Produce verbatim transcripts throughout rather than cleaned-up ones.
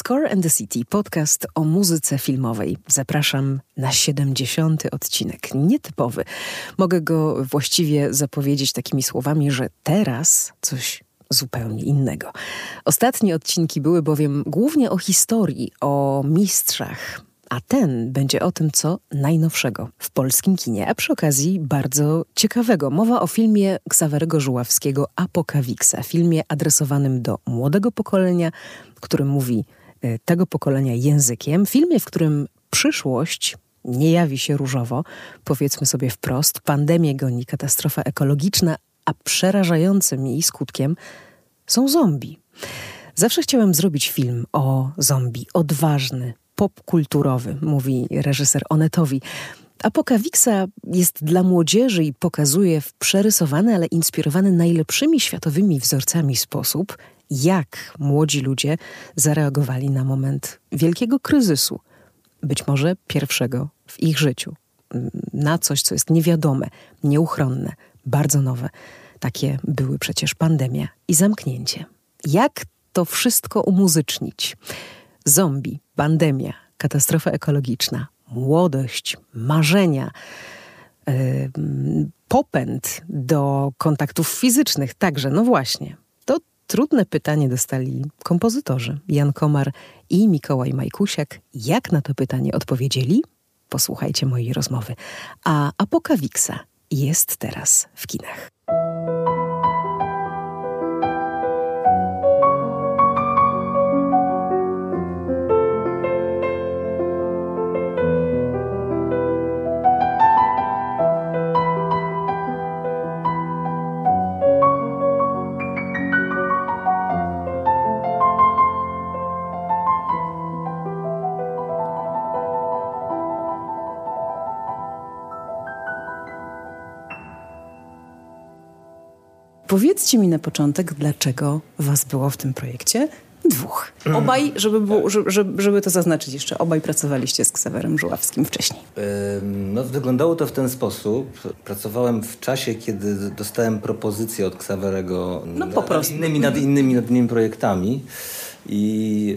Score and the City, podcast o muzyce filmowej. Zapraszam na siedemdziesiąty odcinek, nietypowy. Mogę go właściwie zapowiedzieć takimi słowami, że teraz coś zupełnie innego. Ostatnie odcinki były bowiem głównie o historii, o mistrzach, a ten będzie o tym, co najnowszego w polskim kinie, a przy okazji bardzo ciekawego. Mowa o filmie Ksawerego Żuławskiego Apokawixa, filmie adresowanym do młodego pokolenia, który mówi tego pokolenia językiem, filmie, w którym przyszłość nie jawi się różowo, powiedzmy sobie wprost, pandemię goni katastrofa ekologiczna, a przerażającym jej skutkiem są zombie. Zawsze chciałem zrobić film o zombie, odważny, popkulturowy, mówi reżyser Onetowi. Apokawixa jest dla młodzieży i pokazuje w przerysowany, ale inspirowany najlepszymi światowymi wzorcami sposób, jak młodzi ludzie zareagowali na moment wielkiego kryzysu, być może pierwszego w ich życiu, na coś, co jest niewiadome, nieuchronne, bardzo nowe. Takie były przecież pandemia i zamknięcie. Jak to wszystko umuzycznić? Zombie, pandemia, katastrofa ekologiczna, młodość, marzenia, yy, popęd do kontaktów fizycznych także, no właśnie. To trudne pytanie dostali kompozytorzy Jan Komar i Mikołaj Majkusiak. Jak na to pytanie odpowiedzieli? Posłuchajcie mojej rozmowy. A Apokawixa jest teraz w kinach. Powiedzcie mi na początek, dlaczego was było w tym projekcie dwóch. Obaj, żeby, było, żeby, żeby to zaznaczyć jeszcze, obaj pracowaliście z Ksawerem Żuławskim wcześniej. No, wyglądało to w ten sposób. Pracowałem w czasie, kiedy dostałem propozycję od Ksawerego no, po nad, prostu. Innymi, nad, innymi, nad innymi projektami. I,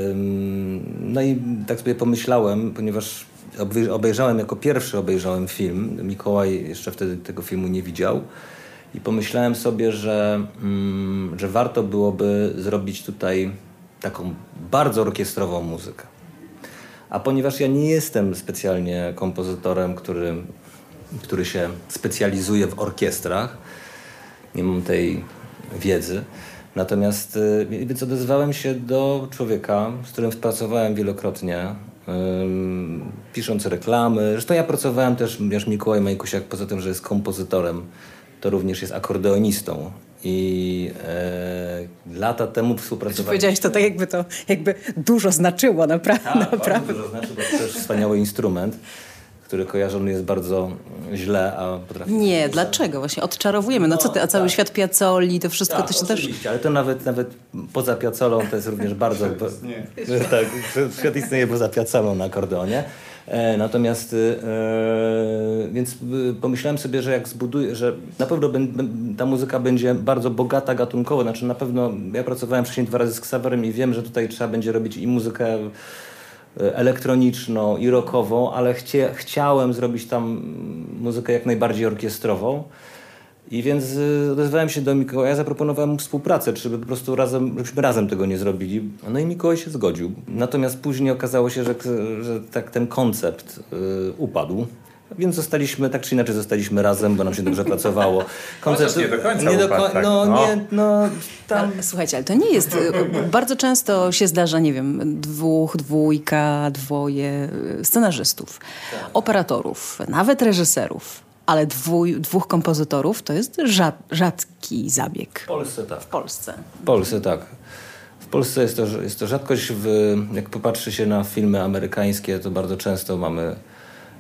no i tak sobie pomyślałem, ponieważ obejrzałem jako pierwszy obejrzałem film. Mikołaj jeszcze wtedy tego filmu nie widział. I pomyślałem sobie, że, mm, że warto byłoby zrobić tutaj taką bardzo orkiestrową muzykę. A ponieważ ja nie jestem specjalnie kompozytorem, który, który się specjalizuje w orkiestrach, nie mam tej wiedzy, natomiast więc odezwałem się do człowieka, z którym pracowałem wielokrotnie, ym, pisząc reklamy. Zresztą ja pracowałem też, wiesz, Mikołaj Majkusiak, poza tym, że jest kompozytorem, to również jest akordeonistą. I e, lata temu współpracowaliśmy... Powiedziałeś to tak, jakby to jakby dużo znaczyło, napra- tak, naprawdę. bardzo dużo znaczy, bo to też wspaniały instrument, który kojarzony jest bardzo źle, a potrafi... Nie, muszę... dlaczego? Właśnie odczarowujemy. No, no co ty, a cały tak. świat Piazzoli, to wszystko tak, to się oczywiście, też... ale to nawet, nawet poza Piazzolą to jest również bardzo... tak, świat istnieje poza Piazzolą na akordeonie. E, natomiast e, więc e, pomyślałem sobie, że jak zbuduję, że na pewno b, b, ta muzyka będzie bardzo bogata gatunkowo, znaczy na pewno ja pracowałem wcześniej dwa razy z Ksawerem i wiem, że tutaj trzeba będzie robić i muzykę elektroniczną i rockową, ale chcie, chciałem zrobić tam muzykę jak najbardziej orkiestrową. I więc odezwałem się do Mikołaja, zaproponowałem mu współpracę, czy by po prostu razem, żebyśmy razem tego nie zrobili. No i Mikołaj się zgodził. Natomiast później okazało się, że, że tak ten koncept y, upadł. Więc zostaliśmy, tak czy inaczej zostaliśmy razem, bo nam się dobrze pracowało. Koncept nie do końca nie do upadł, ko- tak. no, no. nie, no tam... Ale, słuchajcie, ale to nie jest... Bardzo często się zdarza, nie wiem, dwóch, dwójka, dwoje scenarzystów, tak. operatorów, nawet reżyserów. Ale dwój, dwóch kompozytorów to jest rzad, rzadki zabieg. W Polsce tak. W Polsce. W Polsce tak. W Polsce jest to, jest to rzadkość. W, jak popatrzy się na filmy amerykańskie, to bardzo często mamy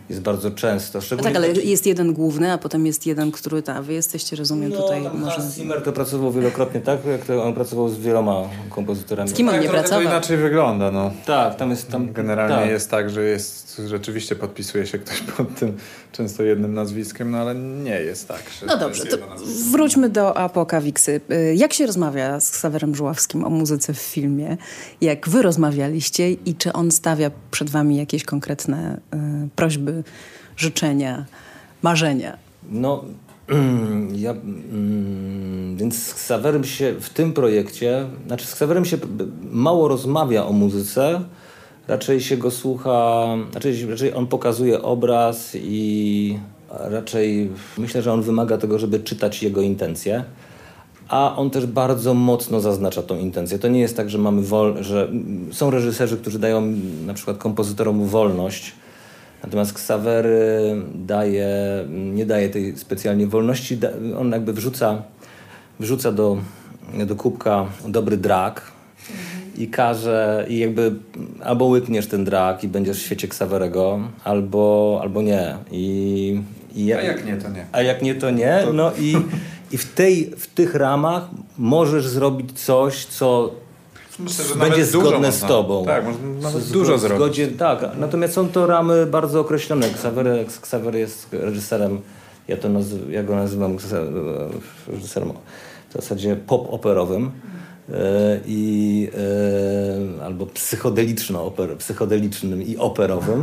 jest bardzo często. No tak, ale jest jeden główny, a potem jest jeden, który ta, wy jesteście, rozumiem, no, tutaj tam może... Hans Zimmer to pracował wielokrotnie, tak? Jak to on pracował z wieloma kompozytorami. Z kim on tak, nie pracował? To inaczej wygląda, no. Tak, tam jest... Tam, Generalnie tak. jest tak, że jest, rzeczywiście podpisuje się ktoś pod tym często jednym nazwiskiem, no ale nie jest tak. Że No to dobrze, jest to jedno nazwisko. wróćmy do Apokawiksy. Jak się rozmawia z Ksawerem Żuławskim o muzyce w filmie? Jak wy rozmawialiście i czy on stawia przed wami jakieś konkretne y, prośby, życzenia, marzenia? No, ja... Mm, więc z Ksawerem się w tym projekcie... Znaczy z Ksawerem się mało rozmawia o muzyce, raczej się go słucha... Raczej, raczej on pokazuje obraz i raczej myślę, że on wymaga tego, żeby czytać jego intencje. A on też bardzo mocno zaznacza tą intencję. To nie jest tak, że mamy wol... że są reżyserzy, którzy dają na przykład kompozytorom wolność, natomiast Ksawer daje, nie daje tej specjalnie wolności. On jakby wrzuca, wrzuca do, do kubka dobry drag i każe, i jakby albo łykniesz ten drag i będziesz w świecie Ksawerego, albo, albo nie. I, i, A jak nie, to nie. A jak nie, to nie. No i, i w, tej, w tych ramach możesz zrobić coś, co Myślę, że będzie zgodne z tobą. Tak, można nawet Z- dużo w zrobić. zgodzie, tak, natomiast są to ramy bardzo określone. Ksawer, Ksawer jest reżyserem, ja, to nazy- ja go nazywam reżyserem w zasadzie pop-operowym yy, i yy, albo psychodeliczno-oper, psychodelicznym i operowym.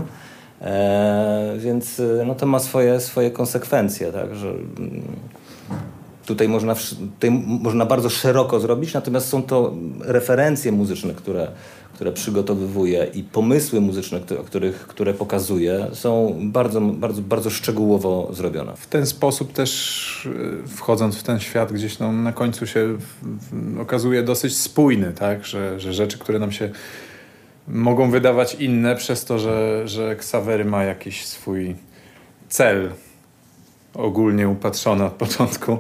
E, więc no to ma swoje, swoje konsekwencje, tak, że mm, tutaj można, tutaj można bardzo szeroko zrobić, natomiast są to referencje muzyczne, które, które przygotowywuje i pomysły muzyczne, które, których, które pokazuje, są bardzo, bardzo, bardzo szczegółowo zrobione. W ten sposób też y, wchodząc w ten świat gdzieś no, na końcu się w, w, okazuje dosyć spójny, tak? że, że rzeczy, które nam się mogą wydawać inne przez to, że, że Ksawery ma jakiś swój cel ogólnie upatrzony od początku,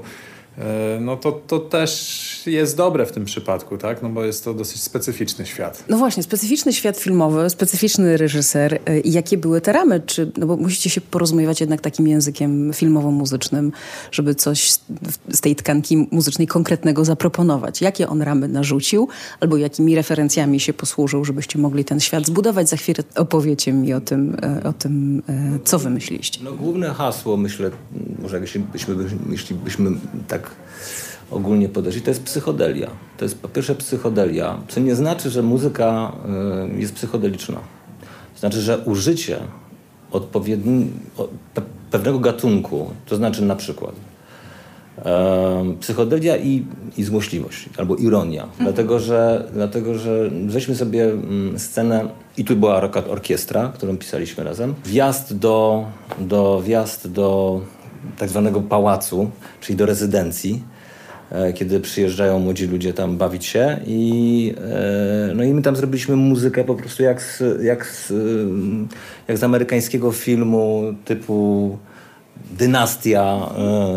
no to, to też jest dobre w tym przypadku, tak? No bo jest to dosyć specyficzny świat. No właśnie, specyficzny świat filmowy, specyficzny reżyser. I jakie były te ramy? Czy, no bo musicie się porozumiewać jednak takim językiem filmowo-muzycznym, żeby coś z, z tej tkanki muzycznej konkretnego zaproponować. Jakie on ramy narzucił, albo jakimi referencjami się posłużył, żebyście mogli ten świat zbudować? Za chwilę opowiecie mi o tym, o tym co wymyśliliście. No główne hasło, myślę, może jeśli byśmy, jeśli byśmy tak ogólnie podeszli, to jest psychodelia. To jest po pierwsze psychodelia, co nie znaczy, że muzyka y, jest psychodeliczna. To znaczy, że użycie odpowiedni, o, pe, pewnego gatunku, to znaczy na przykład y, psychodelia i, i złośliwość, albo ironia. Mhm. Dlatego, że, dlatego, że weźmy sobie mm, scenę, i tu była orkiestra, którą pisaliśmy razem, wjazd do, do, wjazd do tak zwanego pałacu, czyli do rezydencji, kiedy przyjeżdżają młodzi ludzie tam bawić się i, no i my tam zrobiliśmy muzykę po prostu jak z, jak z, jak z amerykańskiego filmu typu Dynastia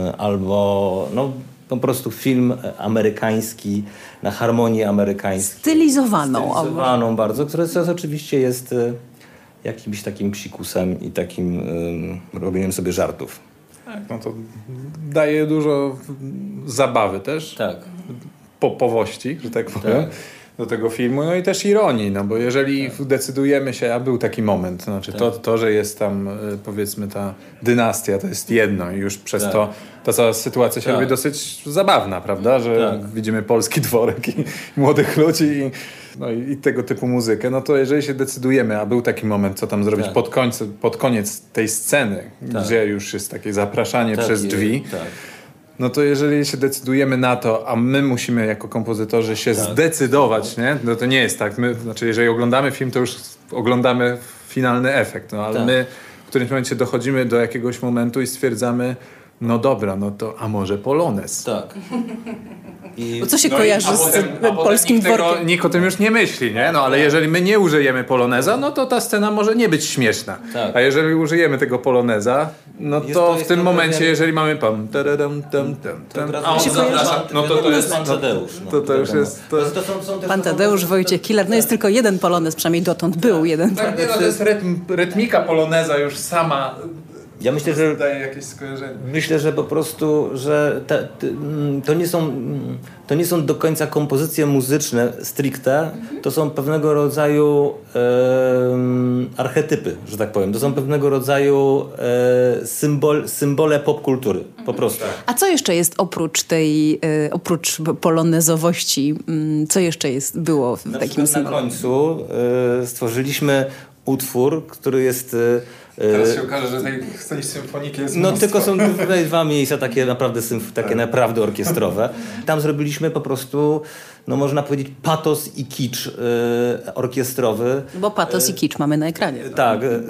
albo no po prostu film amerykański na harmonię amerykańską. Stylizowaną. Stylizowaną bardzo, która oczywiście jest jakimś takim psikusem i takim robieniem sobie żartów. Tak, no to daje dużo zabawy też. Tak. Popowości, że tak powiem, tak. do tego filmu. No i też ironii, no bo jeżeli tak. decydujemy się, a był taki moment, znaczy tak. to, to, że jest tam powiedzmy ta dynastia, to jest jedno i już przez tak. to ta cała sytuacja się tak. robi dosyć zabawna, prawda? Że tak. widzimy polski dworek i młodych ludzi i, no i, i tego typu muzykę. No to jeżeli się decydujemy, a był taki moment, co tam zrobić tak. pod, końcu, pod koniec tej sceny, tak. gdzie już jest takie zapraszanie tak, przez drzwi, tak. no to jeżeli się decydujemy na to, a my musimy jako kompozytorzy się tak. zdecydować, nie? No to nie jest tak. My, znaczy jeżeli oglądamy film, to już oglądamy finalny efekt, no ale tak. my w którymś momencie dochodzimy do jakiegoś momentu i stwierdzamy, no dobra, no to a może polonez? Tak. I... Bo co się no kojarzy i, z potem, polskim nikt dworkiem? Tego, nikt o tym już nie myśli, nie? No ale jeżeli my nie użyjemy poloneza, no to ta scena może nie być śmieszna. Tak. A jeżeli użyjemy tego poloneza, no jest to, to w tym momencie, pewien... jeżeli mamy pam, tadadam, tam, tam, tam, a on zaprasza, no to to jest Pan Tadeusz. No, to, to już jest... To... To są, są Pan Tadeusz, Wojciech Kilar, no jest tylko jeden polonez, przynajmniej dotąd był jeden. Tak, nie, no, to jest rytm, rytmika poloneza już sama... Ja myślę, że daje jakieś skojarzenie. Myślę, że po prostu, że te, te, to, nie są, to nie są do końca kompozycje muzyczne stricte, to są pewnego rodzaju e, archetypy, że tak powiem. To są pewnego rodzaju e, symbol, symbole popkultury, po prostu. A co jeszcze jest oprócz tej, e, oprócz polonezowości, co jeszcze jest, było w na takim symbolu? Na końcu e, stworzyliśmy utwór, który jest... Teraz się okaże, że tej sceny symfoniki jest No mnóstwo. tylko są tutaj dwa miejsca takie naprawdę, symf- takie naprawdę orkiestrowe. Tam zrobiliśmy po prostu, no można powiedzieć, patos i kicz y, orkiestrowy. Bo patos y, i kicz mamy na ekranie. Tak. Y, y,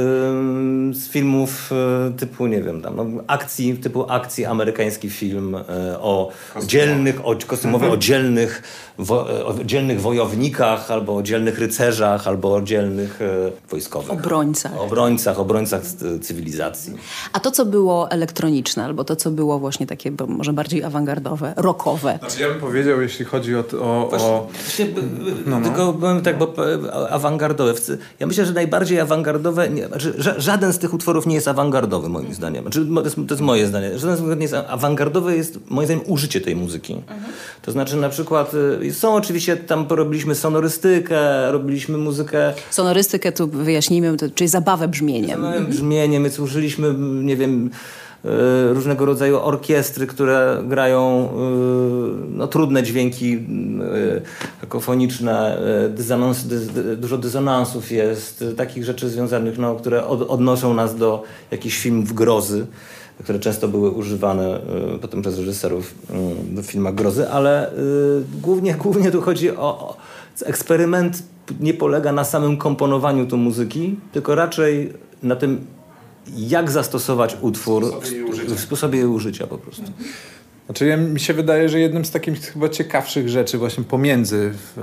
z filmów y, typu, nie wiem, tam, no, akcji, typu akcji, amerykański film y, o Kostymowy. dzielnych, o, kostymowy, o dzielnych, wo, o dzielnych wojownikach, albo o dzielnych rycerzach, albo o dzielnych y, wojskowych. Obrońcach. Obrońcach, obrońcach cywilizacji. A to, co było elektroniczne, albo to, co było właśnie takie może bardziej awangardowe, rockowe. Znaczy ja bym powiedział, jeśli chodzi o... o, o... Właśnie, no, no. Tylko powiem tak, bo awangardowe. Ja myślę, że najbardziej awangardowe... Nie, znaczy, żaden z tych utworów nie jest awangardowy, moim zdaniem. Znaczy, to, jest, to jest moje zdanie. Żaden z tych nie jest awangardowy, jest moim zdaniem użycie tej muzyki. Mhm. To znaczy na przykład są oczywiście, tam robiliśmy sonorystykę, robiliśmy muzykę... Sonorystykę tu wyjaśnijmy, to, czyli zabawę brzmieniem. Zabawę brzmieniem, więc użyliśmy, nie wiem... różnego rodzaju orkiestry, które grają no, trudne dźwięki kakofoniczne, dysonans, dy, dużo dysonansów jest, takich rzeczy związanych, no, które od, odnoszą nas do jakichś filmów grozy, które często były używane potem przez reżyserów w filmach grozy, ale głównie, głównie tu chodzi o, o eksperyment nie polega na samym komponowaniu tu muzyki, tylko raczej na tym, jak zastosować utwór w sposobie jej użycia po prostu. Znaczy ja, mi się wydaje, że jednym z takich chyba ciekawszych rzeczy właśnie pomiędzy w,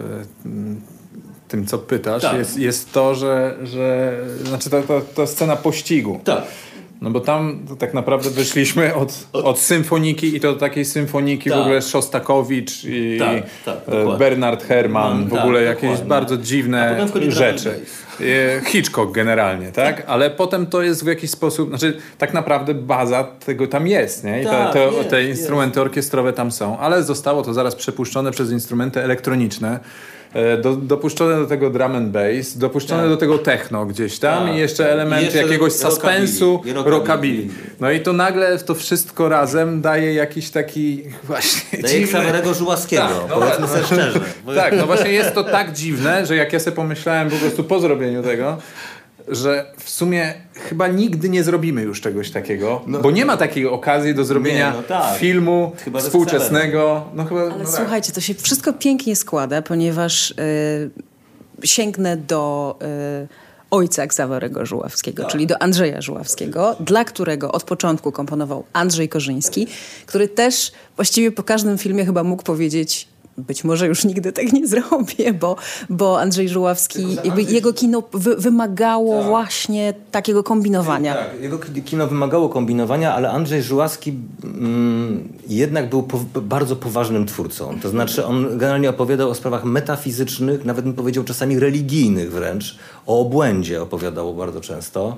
tym, co pytasz, tak. jest, jest to, że, że znaczy ta, ta, ta scena pościgu. Tak. No bo tam tak naprawdę wyszliśmy od, od symfoniki i to do takiej symfoniki tak. w ogóle Szostakowicz i tak, tak, Bernard Herrmann, no, w ogóle tak, jakieś dokładnie. bardzo dziwne rzeczy. Hitchcock generalnie, tak? tak? Ale potem to jest w jakiś sposób, znaczy tak naprawdę baza tego tam jest, nie? I tak, te, te, jest, te instrumenty jest. orkiestrowe tam są, ale zostało to zaraz przepuszczone przez instrumenty elektroniczne. Do, dopuszczone do tego drum and bass, dopuszczone tak. do tego techno gdzieś tam tak, i jeszcze elementy i jeszcze jakiegoś suspensu, rockabilly. No i to nagle to wszystko razem daje jakiś taki właśnie daje dziwny... Ksawerego Żuławskiego, tak, no powiedzmy sobie szczerze. Tak, no właśnie jest to tak dziwne, że jak ja sobie pomyślałem po prostu po zrobieniu tego, że w sumie chyba nigdy nie zrobimy już czegoś takiego, no, bo nie ma takiej okazji do zrobienia nie, no tak. filmu chyba współczesnego. No chyba, Ale no słuchajcie, tak. to się wszystko pięknie składa, ponieważ yy, sięgnę do yy, ojca Ksawerego Żuławskiego, tak. czyli do Andrzeja Żuławskiego, dla którego od początku komponował Andrzej Korzyński, który też właściwie po każdym filmie chyba mógł powiedzieć: być może już nigdy tak nie zrobię, bo, bo Andrzej Żuławski, jakby jego kino wy, wymagało tak. właśnie takiego kombinowania. Tak, jego kino wymagało kombinowania, ale Andrzej Żuławski mm, jednak był po, bardzo poważnym twórcą. To znaczy on generalnie opowiadał o sprawach metafizycznych, nawet bym powiedział czasami religijnych wręcz. O obłędzie opowiadał bardzo często.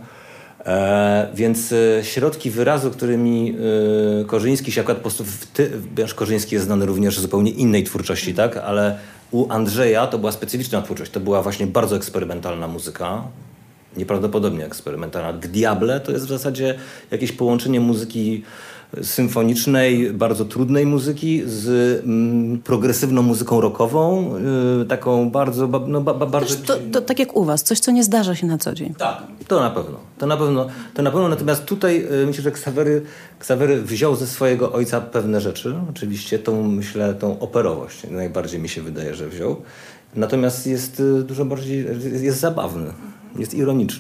E, więc e, środki wyrazu, którymi e, Korzyński się akurat po prostu... Ty, wiesz, Korzyński jest znany również z zupełnie innej twórczości, tak? Ale u Andrzeja to była specyficzna twórczość. To była właśnie bardzo eksperymentalna muzyka. Nieprawdopodobnie eksperymentalna. Diable to jest w zasadzie jakieś połączenie muzyki symfonicznej, bardzo trudnej muzyki z mm, progresywną muzyką rockową, yy, taką bardzo... No, ba, ba, bardzo... To, to tak jak u was, coś, co nie zdarza się na co dzień. Tak, to na pewno. To na pewno, to na pewno. Natomiast tutaj yy, myślę, że Ksawery, Ksawery wziął ze swojego ojca pewne rzeczy. Oczywiście tą, myślę, tą operowość najbardziej mi się wydaje, że wziął. Natomiast jest yy, dużo bardziej... jest zabawny, jest ironiczny.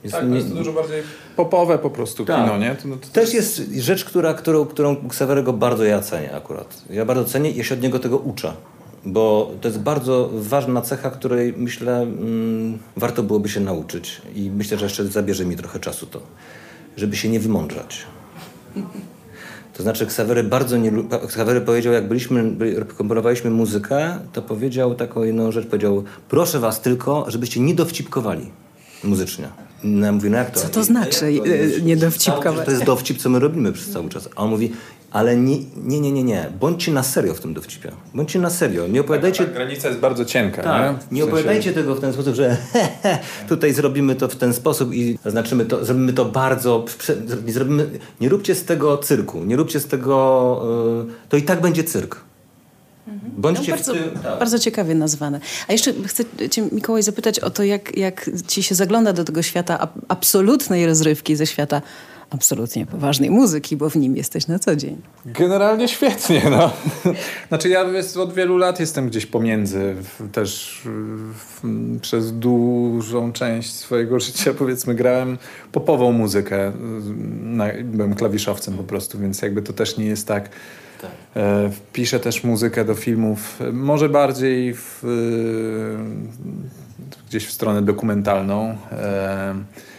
Jest, tak, to jest nie... dużo bardziej popowe po prostu tak. kino, nie? To, no, to też jest rzecz, która, którą, którą Ksawerego bardzo ja cenię akurat. Ja bardzo cenię i ja się od niego tego uczę. Bo to jest bardzo ważna cecha, której myślę mm, warto byłoby się nauczyć. I myślę, że jeszcze zabierze mi trochę czasu to, żeby się nie wymądrzać. To znaczy Ksawery bardzo nie... Ksawery powiedział, jak byliśmy, komponowaliśmy muzykę, to powiedział taką jedną rzecz, powiedział: proszę was tylko, żebyście nie dowcipkowali muzycznie. No ja mówię, no jak to? Co to znaczy nie dowcipkować? To jest dowcip, co my robimy przez cały czas. A on mówi, ale nie, nie, nie, nie, nie. Bądźcie na serio w tym dowcipie. Bądźcie na serio. Nie opowiadajcie... Tak, tak, granica jest bardzo cienka. Tak. Nie, w nie sensie... opowiadajcie tego w ten sposób, że he, he, tutaj zrobimy to w ten sposób i zaznaczymy to, zrobimy to bardzo... Zrobimy, nie róbcie z tego cyrku. Nie róbcie z tego... Yy, to i tak będzie cyrk. Bądźcie no, bardzo, w tym, tak. bardzo ciekawie nazwane. A jeszcze chcę cię, Mikołaj, zapytać o to, jak, jak ci się zagląda do tego świata ab- absolutnej rozrywki ze świata absolutnie poważnej muzyki, bo w nim jesteś na co dzień. Generalnie świetnie, no. Znaczy ja od wielu lat jestem gdzieś pomiędzy. Też w, przez dużą część swojego życia, powiedzmy, grałem popową muzykę. Na, byłem klawiszowcem po prostu, więc jakby to też nie jest tak. Tak. E, piszę też muzykę do filmów, może bardziej w, e, gdzieś w stronę dokumentalną. E,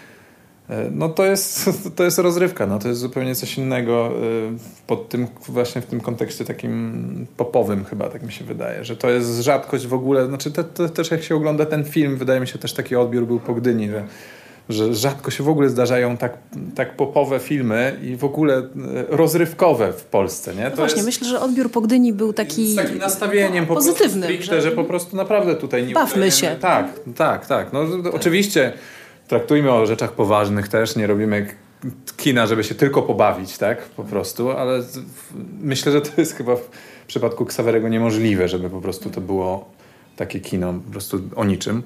e, no to jest, to jest rozrywka, no to jest zupełnie coś innego e, pod tym, właśnie w tym kontekście takim popowym chyba, tak mi się wydaje, że to jest rzadkość w ogóle, znaczy te, te, też jak się ogląda ten film, wydaje mi się też taki odbiór był po Gdyni, że że rzadko się w ogóle zdarzają tak, tak popowe filmy i w ogóle rozrywkowe w Polsce. Nie? To no właśnie, jest, myślę, że odbiór po Gdyni był taki z takim nastawieniem po pozytywny, prostu stricte, że... że po prostu naprawdę tutaj nie bawmy się. Tak, tak, tak. No, tak. Oczywiście traktujmy o rzeczach poważnych też, nie robimy kina, żeby się tylko pobawić, tak, po prostu, ale myślę, że to jest chyba w przypadku Ksawerego niemożliwe, żeby po prostu to było takie kino po prostu o niczym.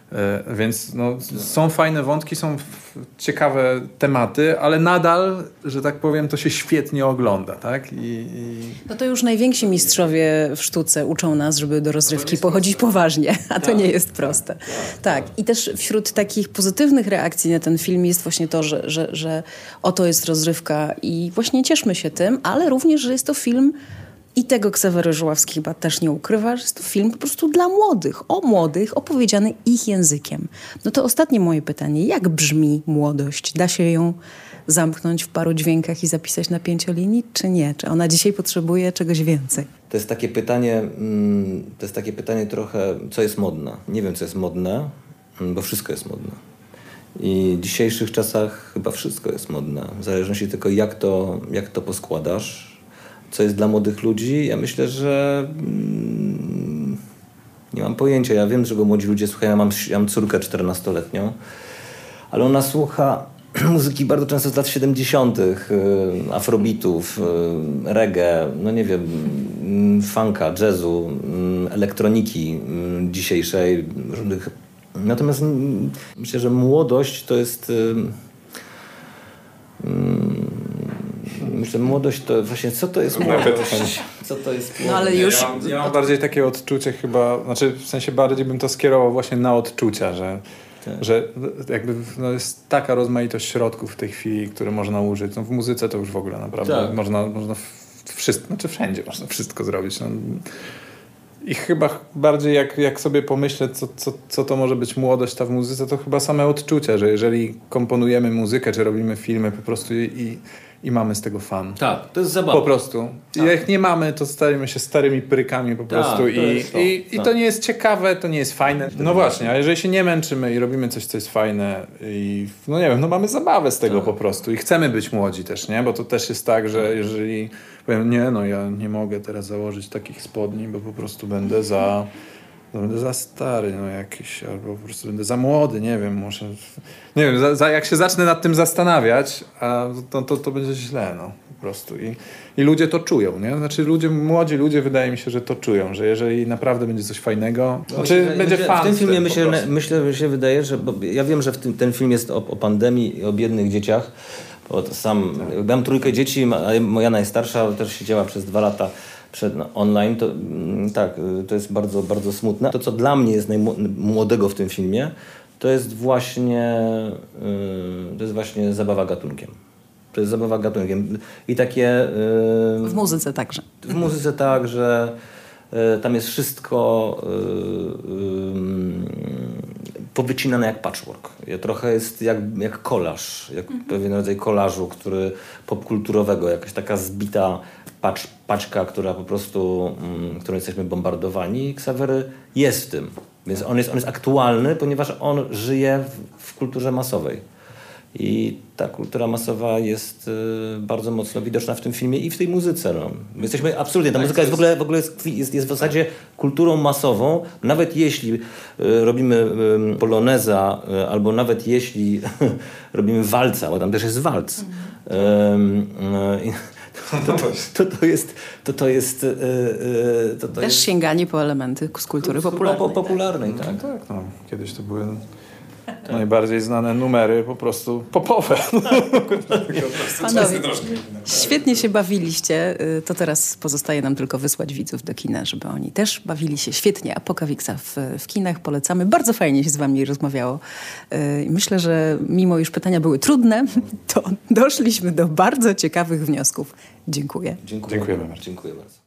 Więc no, są fajne wątki, są ciekawe tematy, ale nadal, że tak powiem, to się świetnie ogląda, tak? I, i... No to już najwięksi mistrzowie w sztuce uczą nas, żeby do rozrywki pochodzić poważnie, a to nie jest proste. Tak, i też wśród takich pozytywnych reakcji na ten film jest właśnie to, że, że, że oto jest rozrywka i właśnie cieszmy się tym, ale również, że jest to film. I tego Ksawery Żuławski chyba też nie ukrywa, że jest to film po prostu dla młodych, o młodych, opowiedziany ich językiem. No to ostatnie moje pytanie. Jak brzmi młodość? Da się ją zamknąć w paru dźwiękach i zapisać na pięciolinii, czy nie? Czy ona dzisiaj potrzebuje czegoś więcej? To jest takie pytanie, to jest takie pytanie trochę, co jest modne. Nie wiem, co jest modne, bo wszystko jest modne. I w dzisiejszych czasach chyba wszystko jest modne. W zależności tylko, jak to, jak to poskładasz. Co jest dla młodych ludzi? Ja myślę, że mm, nie mam pojęcia. Ja wiem, że go młodzi ludzie słuchają. Ja mam, ja mam córkę czternastoletnią, ale ona słucha muzyki bardzo często z lat siedemdziesiątych, y, afrobeatów, y, reggae, no nie wiem, y, funka, jazzu, y, elektroniki y, dzisiejszej. Różnych. Natomiast y, myślę, że młodość to jest... Y, y, Myślę, młodość to właśnie, co to jest młodość? Co to jest młodość? No ale już... Ja mam, ja mam bardziej takie odczucie chyba, znaczy w sensie bardziej bym to skierował właśnie na odczucia, że, tak. że jakby no jest taka rozmaitość środków w tej chwili, które można użyć. No w muzyce to już w ogóle naprawdę tak. można, można wszystko, znaczy wszędzie można wszystko zrobić. No. I chyba bardziej jak, jak sobie pomyślę, co, co, co to może być młodość ta w muzyce, to chyba same odczucia, że jeżeli komponujemy muzykę, czy robimy filmy po prostu i, i I mamy z tego fan. Tak, to jest zabawa. Po prostu. Tak. Jak nie mamy, to stajemy się starymi prykami po prostu. Tak, i, to. I, tak. I to nie jest ciekawe, to nie jest fajne. No właśnie, a jeżeli się nie męczymy i robimy coś, co jest fajne i no nie wiem, no mamy zabawę z tego tak. po prostu. I chcemy być młodzi też, nie? Bo to też jest tak, że jeżeli powiem, nie, no ja nie mogę teraz założyć takich spodni, bo po prostu będę za... No będę za stary, no jakiś, albo po prostu będę za młody, nie wiem, może... Nie wiem, za, za, jak się zacznę nad tym zastanawiać, a to, to, to będzie źle, no, po prostu. I, I ludzie to czują, nie? Znaczy ludzie, młodzi ludzie wydaje mi się, że to czują, że jeżeli naprawdę będzie coś fajnego, no, znaczy myślę, będzie fan. W tym filmie myślę, myślę, że się wydaje, że... Bo ja wiem, że w tym, ten film jest o, o pandemii i o biednych dzieciach, bo to sam... Tak. Mam trójkę dzieci, a moja najstarsza też siedziała przez dwa lata przed, no, online, to tak, to jest bardzo, bardzo smutne. To, co dla mnie jest najmłodego w tym filmie, to jest właśnie, yy, to jest właśnie zabawa gatunkiem. To jest zabawa gatunkiem. I takie... Yy, w muzyce także. W muzyce tak, że yy, tam jest wszystko yy, yy, powycinane jak patchwork. Trochę jest jak, jak kolaż, jak mhm. pewien rodzaj kolażu, który popkulturowego, jakaś taka zbita pacz, paczka, która po prostu, yy, którą jesteśmy bombardowani. Xavery jest w tym. Więc on jest, on jest aktualny, ponieważ on żyje w, w kulturze masowej. I ta kultura masowa jest y, bardzo mocno widoczna w tym filmie i w tej muzyce. No. My jesteśmy absolutnie, ta muzyka jest w ogóle, w ogóle jest, jest, jest w zasadzie kulturą masową, nawet jeśli y, robimy y, poloneza, y, albo nawet jeśli robimy walca, bo tam też jest walc. Mm. Y, y, To, to, to, to jest... To, to jest yy, yy, to, to Też jest... sięganie po elementy z kultury popularnej. Po, po, popularnej, tak. tak. No, tak no. Kiedyś to były najbardziej znane numery po prostu popowe. Panowie, świetnie się bawiliście. To teraz pozostaje nam tylko wysłać widzów do kina, żeby oni też bawili się świetnie. Apokawixa w, w kinach polecamy. Bardzo fajnie się z wami rozmawiało. Myślę, że mimo iż pytania były trudne, to doszliśmy do bardzo ciekawych wniosków. Dziękuję. Dziękuję. Dziękujemy bardzo. Dziękuję bardzo.